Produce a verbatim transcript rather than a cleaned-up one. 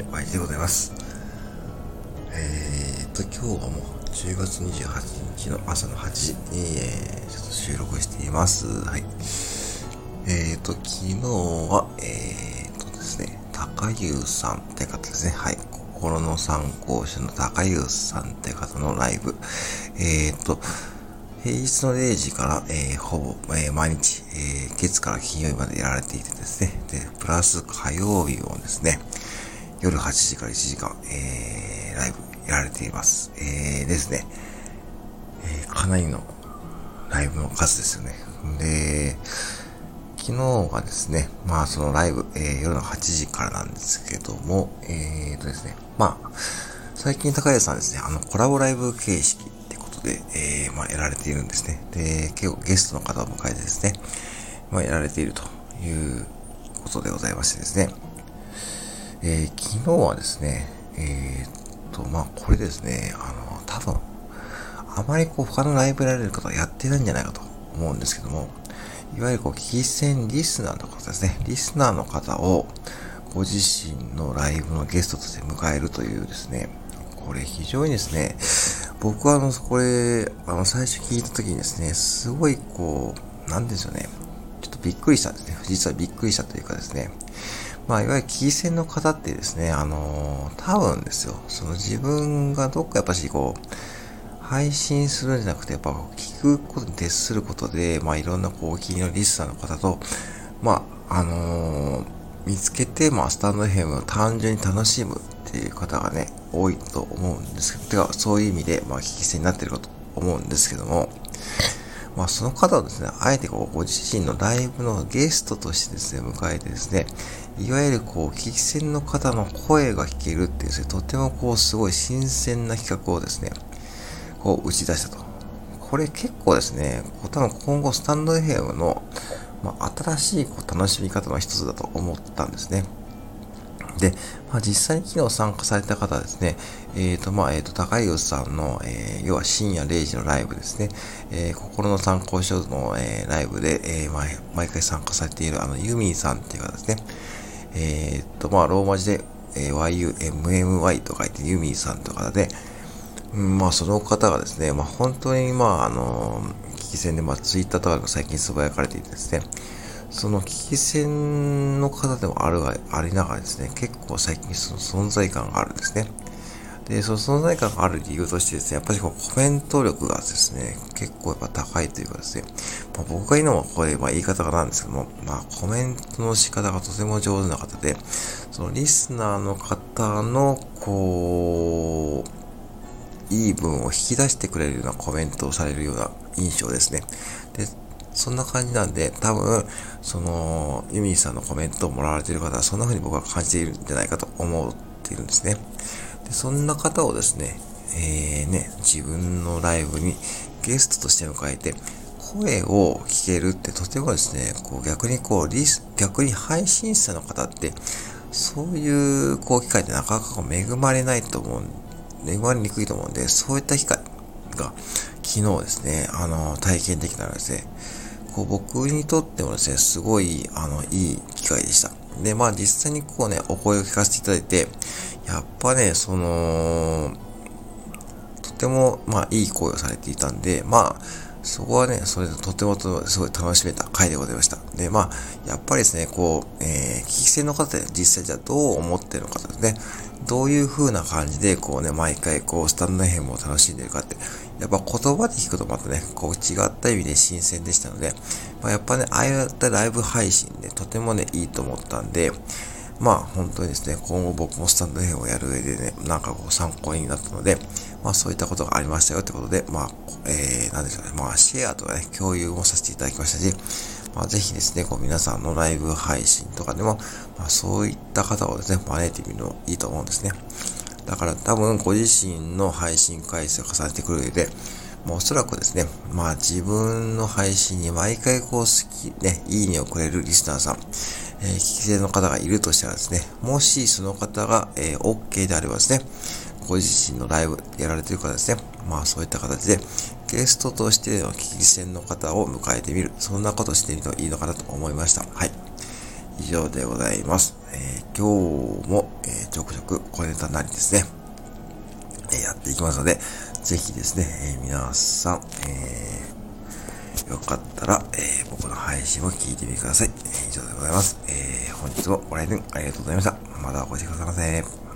ワイジでございます。えーと、今日はもうじゅうがつにじゅうはちにちの朝のはちじに、えー、ちょっと収録しています。はい。えーと、昨日は、えーとですね、高優さんって方ですね。はい。心の参考書の高優さんって方のライブ。えーと、平日のれいじから、えー、ほぼ、えー、毎日、えー、月から金曜日までやられていてですね。で、プラス火曜日をですね、夜はちじからいちじかん、えー、ライブやられています。えー、ですね、えー、かなりのライブの数ですよね。で、昨日がですね、まあそのライブ、えー、夜のはちじからなんですけども、えーとですね、まあ、最近高橋さんですね、あのコラボライブ形式ってことで、えー、まあやられているんですね。で、結構ゲストの方を迎えてですね、まあやられているということでございましてですね、えー、昨日はですね、えー、っと、まあ、これですね、あの、多分、あまりこう、他のライブやられる方はやってないんじゃないかと思うんですけども、いわゆるこう、聞き戦リスナーの方ですね、リスナーの方を、ご自身のライブのゲストとして迎えるというですね、これ非常にですね、僕はあの、これ、あの、最初聞いた時にですね、すごいこう、なんでしょうね、ちょっとびっくりしたんですね。実はびっくりしたというかですね、まあ、いわゆる聞き戦の方ってですね、あのー、多分ですよ、その自分がどっかやっぱしこう、配信するんじゃなくて、やっぱ聞くことに徹することで、まあいろんなこう、お気に入りのリスナーの方と、まあ、あのー、見つけて、まあ、スタンドエフエムを単純に楽しむっていう方がね、多いと思うんですけど、てか、そういう意味で、まあ、聞き戦になっているかと思うんですけども、まあ、その方をですね、あえてこう、ご自身のライブのゲストとしてですね、迎えてですね、いわゆるこう、聞き戦の方の声が聞けるっていうですね、とてもこう、すごい新鮮な企画をですね、こう、打ち出したと。これ結構ですね、多分今後スタンドエフエムの、まあ、新しいこう楽しみ方の一つだと思ったんですね。で、まあ、実際に昨日参加された方はですね、えっ、ー、と、まあ、えっ、ー、と、高井さんの、えー、要は深夜れいじのライブですね、えー、心の参考書の、えー、ライブで、えー、毎毎回参加されている、あの、ユミーさんっていう方ですね、えっ、ー、と、まあ、ローマ字で、えー、ワイユーエムエムワイ と書いてユミーさんという方で、うん、まあ、その方がですね、まあ、本当に、まあ、あのー、聞き戦で、まあ、ツイッターとかでも最近つぶやかれていてですね、その聞き戦の方でもあるが、ありながらですね、結構最近その存在感があるんですね。で、その存在感がある理由としてですね、やっぱりこうコメント力がですね、結構やっぱ高いというかですね、まあ、僕が言うのはこれ、まあ言い方がなんですけども、まあコメントの仕方がとても上手な方で、そのリスナーの方の、こう、いい文を引き出してくれるようなコメントをされるような印象ですね。で、そんな感じなんで、多分、その、ユミーさんのコメントをもらわれている方は、そんな風に僕は感じているんじゃないかと思っているんですね。で、そんな方をですね、えー、ね、自分のライブにゲストとして迎えて、声を聞けるってとてもですね、こう逆にこう、リス、逆に配信者の方って、そういうこう機会ってなかなか恵まれないと思う、恵まれにくいと思うんで、そういった機会が昨日ですね、あの、体験できたらですね、こう僕にとってもですね、すごい、あの、いい機会でした。で、まあ実際にこうね、お声を聞かせていただいて、やっぱね、その、とても、まあいい声をされていたんで、まあ、そこはね、それでとてもすごい楽しめた回でございました。で、まあ、やっぱりですね、こう、えー、聞き戦の方で実際じゃあどう思ってるのかですね、どういう風な感じで、こうね、毎回こう、スタンドエフエムを楽しんでるかって、やっぱ言葉で聞くとまたね、こう違った意味で新鮮でしたので、まあ、やっぱね、ああいったライブ配信でとてもね、いいと思ったんで、まあ本当にですね、今後僕もスタンドエフエムをやる上でね、なんかこう参考になったので、まあそういったことがありましたよってことで、まあ、えー、なんでしょうね、まあシェアとかね、共有もさせていただきましたし、まあぜひですね、こう皆さんのライブ配信とかでも、まあそういった方をですね、招いてみるのいいと思うんですね。だから多分ご自身の配信回数を重ねてくる上で、まあ、おそらくですね、まあ自分の配信に毎回こう好き、ね、いいねをくれるリスナーさん、えー、聞き手の方がいるとしたらですね、もしその方が、えー、OK であればですね、ご自身のライブやられている方ですね、まあそういった形でゲストとしての聞き戦の方を迎えてみる、そんなことをしてみるといいのかなと思いました。はい。以上でございます。 えー、今日も、えー、ちょくちょく小ネタなりですね、えー、やっていきますので、ぜひですね、えー、皆さん、えー、よかったら、えー、僕の配信を聞いてみてください。えー、以上でございます。えー、本日もご来店ありがとうございました。またお越しくださいませ。